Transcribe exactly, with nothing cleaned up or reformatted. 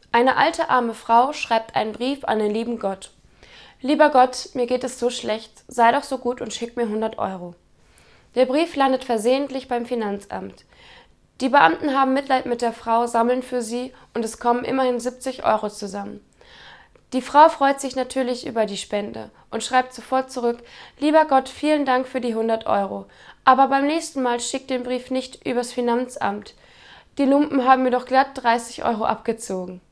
Eine alte arme Frau schreibt einen Brief an den lieben Gott. Lieber Gott, mir geht es so schlecht, sei doch so gut und schick mir hundert Euro. Der Brief landet versehentlich beim Finanzamt. Die Beamten haben Mitleid mit der Frau, sammeln für sie und es kommen immerhin siebzig Euro zusammen. Die Frau freut sich natürlich über die Spende und schreibt sofort zurück: Lieber Gott, vielen Dank für die hundert Euro, aber beim nächsten Mal schickt den Brief nicht übers Finanzamt. Die Lumpen haben mir doch glatt dreißig Euro abgezogen.